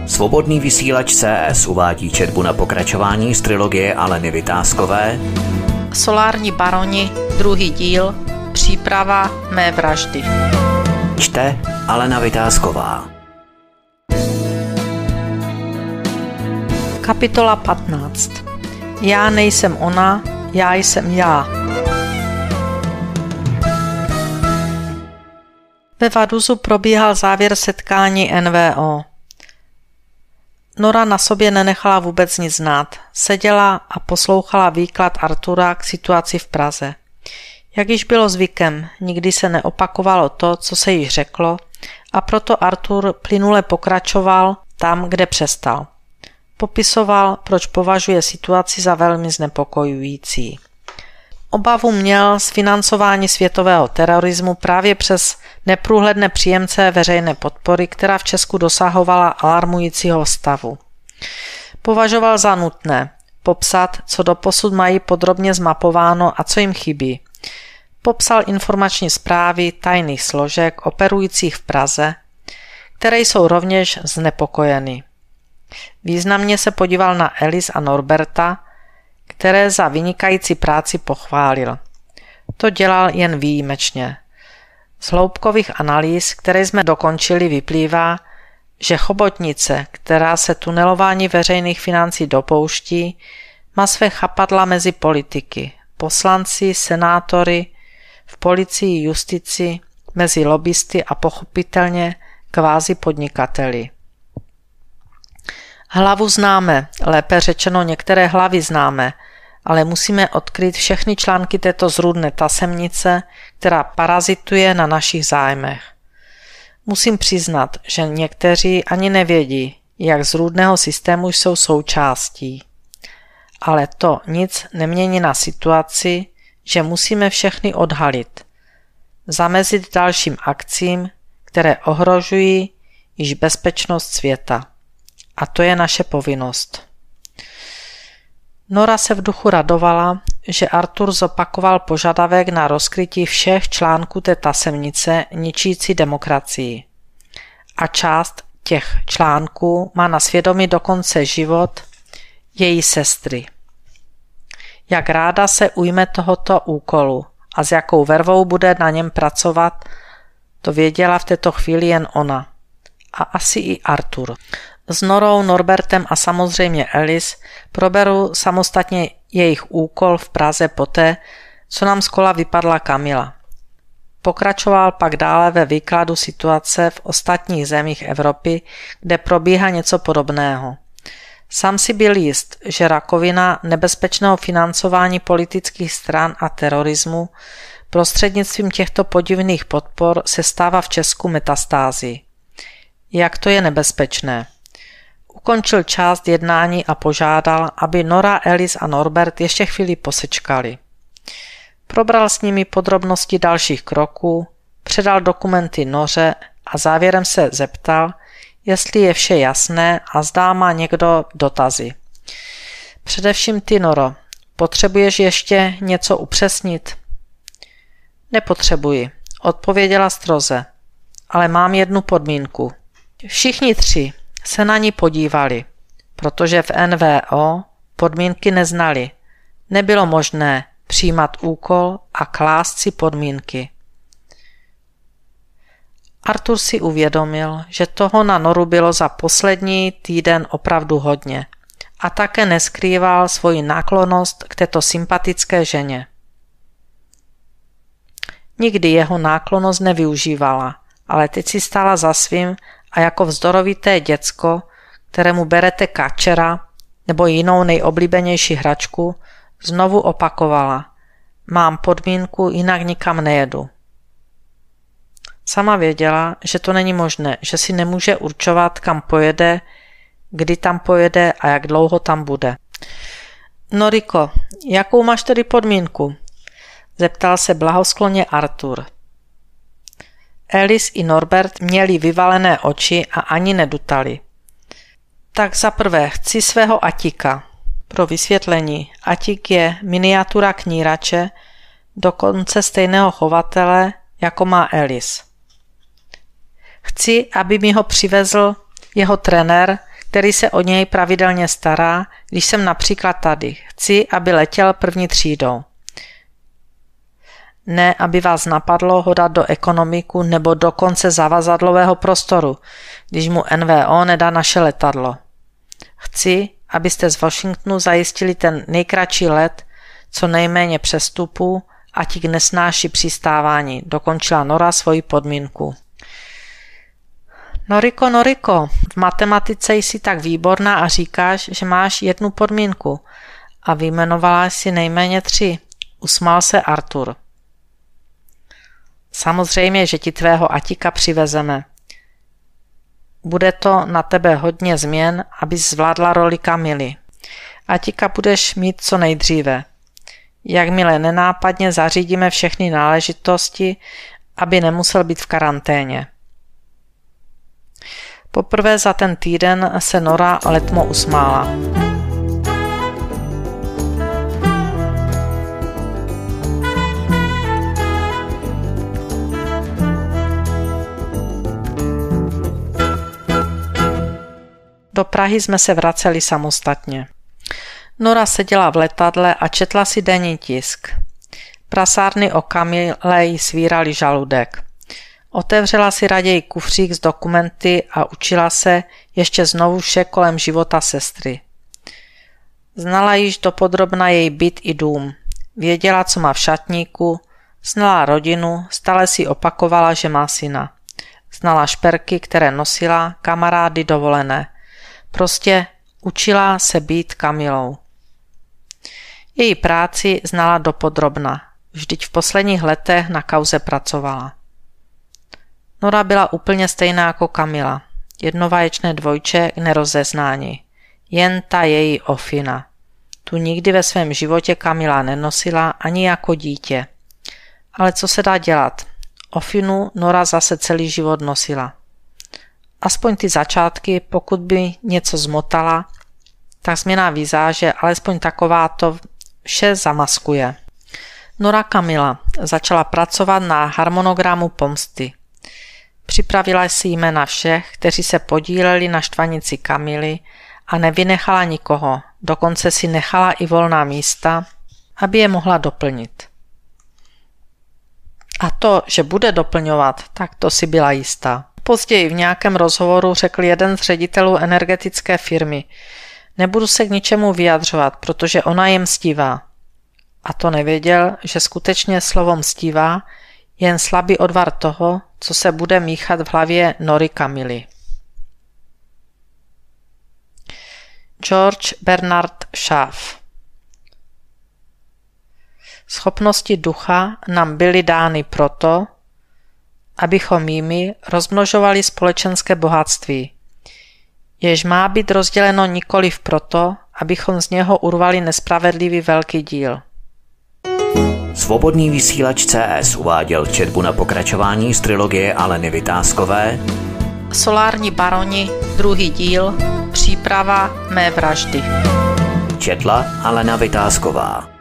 Svobodný vysílač CS uvádí četbu na pokračování z trilogie Aleny Vytázkové Solární baroni, 2. díl, příprava mé vraždy. Čte Alena Vytázková. Kapitola 15. Já nejsem ona, já jsem já. Ve Vaduzu probíhal závěr setkání NVO. Nora na sobě nenechala vůbec nic znát. Seděla a poslouchala výklad Artura k situaci v Praze. Jak již bylo zvykem, nikdy se neopakovalo to, co se již řeklo, a proto Artur plynule pokračoval tam, kde přestal. Popisoval, proč považuje situaci za velmi znepokojující. Obavu měl z financování světového terorismu právě přes neprůhledné příjemce veřejné podpory, která v Česku dosahovala alarmujícího stavu. Považoval za nutné popsat, co doposud mají podrobně zmapováno a co jim chybí. Popsal informační zprávy tajných složek operujících v Praze, které jsou rovněž znepokojeny. Významně se podíval na Alice a Norberta, které za vynikající práci pochválil. To dělal jen výjimečně. Z hloubkových analýz, které jsme dokončili, vyplývá, že chobotnice, která se tunelování veřejných financí dopouští, má své chapadla mezi politiky, poslanci, senátory, v policii, justici, mezi lobbysty a pochopitelně kvázi podnikateli. Hlavu známe, lépe řečeno některé hlavy známe, ale musíme odkryt všechny články této zrůdné tasemnice, která parazituje na našich zájmech. Musím přiznat, že někteří ani nevědí, jak zrůdného systému jsou součástí. Ale to nic nemění na situaci, že musíme všechny odhalit, zamezit dalším akcím, které ohrožují již bezpečnost světa. A to je naše povinnost. Nora se v duchu radovala, že Artur zopakoval požadavek na rozkrytí všech článků té tasemnice ničící demokracii. A část těch článků má na svědomí dokonce život její sestry. Jak ráda se ujme tohoto úkolu a s jakou vervou bude na něm pracovat, to věděla v této chvíli jen ona. A asi i Artur. S Norou, Norbertem a samozřejmě Alice proberu samostatně jejich úkol v Praze poté, co nám z kola vypadla Kamila. Pokračoval pak dále ve výkladu situace v ostatních zemích Evropy, kde probíhá něco podobného. Sám si byl jist, že rakovina nebezpečného financování politických stran a terorismu prostřednictvím těchto podivných podpor se stává v Česku metastází. Jak to je nebezpečné? Ukončil část jednání a požádal, aby Nora, Alice a Norbert ještě chvíli posečkali. Probral s nimi podrobnosti dalších kroků, předal dokumenty Noře a závěrem se zeptal, jestli je vše jasné a zdá má někdo dotazy. Především ty, Noro, potřebuješ ještě něco upřesnit? Nepotřebuji, odpověděla stroze, ale mám jednu podmínku. Všichni tři se na ní podívali, protože v NVO podmínky neznali. Nebylo možné přijímat úkol a klást si podmínky. Artur si uvědomil, že toho na Noru bylo za poslední týden opravdu hodně a také neskrýval svoji náklonnost k této sympatické ženě. Nikdy jeho náklonnost nevyužívala, ale teď si stála za svým a jako vzdorovité děcko, kterému berete kačera nebo jinou nejoblíbenější hračku, znovu opakovala: mám podmínku, jinak nikam nejedu. Sama věděla, že to není možné, že si nemůže určovat, kam pojede, kdy tam pojede a jak dlouho tam bude. Noriko, jakou máš tedy podmínku? Zeptal se blahoskloně Artur. Alice i Norbert měli vyvalené oči a ani nedutali. Tak zaprvé chci svého Atika. Pro vysvětlení, Atik je miniatura knírače, dokonce stejného chovatele, jako má Alice. Chci, aby mi ho přivezl jeho trenér, který se o něj pravidelně stará, když jsem například tady. Chci, aby letěl první třídou. Ne, aby vás napadlo ho dát do ekonomiku nebo do konce zavazadlového prostoru, když mu NVO nedá naše letadlo. Chci, abyste z Washingtonu zajistili ten nejkratší let, co nejméně přestupů a tik nesnáší přistávání, dokončila Nora svoji podmínku. Noriko, v matematice jsi tak výborná a říkáš, že máš jednu podmínku a vyjmenovala jsi nejméně 3, usmál se Artur. Samozřejmě, že ti tvého Atika přivezeme. Bude to na tebe hodně změn, abys zvládla roli Kamily. Atika budeš mít co nejdříve. Jakmile nenápadně zařídíme všechny náležitosti, aby nemusel být v karanténě. Poprvé za ten týden se Nora letmo usmála. Do Prahy jsme se vraceli samostatně. Nora seděla v letadle a četla si denní tisk. Prasárny o Kamyle jí svírali žaludek. Otevřela si raději kufřík s dokumenty a učila se ještě znovu vše kolem života sestry. Znala již dopodrobna její byt i dům. Věděla, co má v šatníku, znala rodinu, stále si opakovala, že má syna. Znala šperky, které nosila, kamarády, dovolené. Prostě učila se být Kamilou. Její práci znala dopodrobna, vždyť v posledních letech na kauze pracovala. Nora byla úplně stejná jako Kamila, jednovaječné dvojče k nerozeznání, jen ta její Ofina. Tu nikdy ve svém životě Kamila nenosila ani jako dítě. Ale co se dá dělat? Ofinu Nora zase celý život nosila. Aspoň ty začátky, pokud by něco zmotala, tak změna vizáže, alespoň takováto, vše zamaskuje. Nora Kamila začala pracovat na harmonogramu pomsty. Připravila si jména všech, kteří se podíleli na štvanici Kamily a nevynechala nikoho, dokonce si nechala i volná místa, aby je mohla doplnit. A to, že bude doplňovat, tak to si byla jistá. Později v nějakém rozhovoru řekl jeden z ředitelů energetické firmy: nebudu se k ničemu vyjadřovat, protože ona je mstivá. A to nevěděl, že skutečně slovo mstivá je jen slabý odvar toho, co se bude míchat v hlavě Nory Kamily. George Bernard Shaw. Schopnosti ducha nám byly dány proto, abychom jimi rozmnožovali společenské bohatství, jež má být rozděleno nikoliv proto, abychom z něho urvali nespravedlivý velký díl. Svobodný vysílač CS uváděl četbu na pokračování z trilogie Aleny Vytázkové Solární baroni, 2. díl, příprava mé vraždy. Četla Alena Vytázková.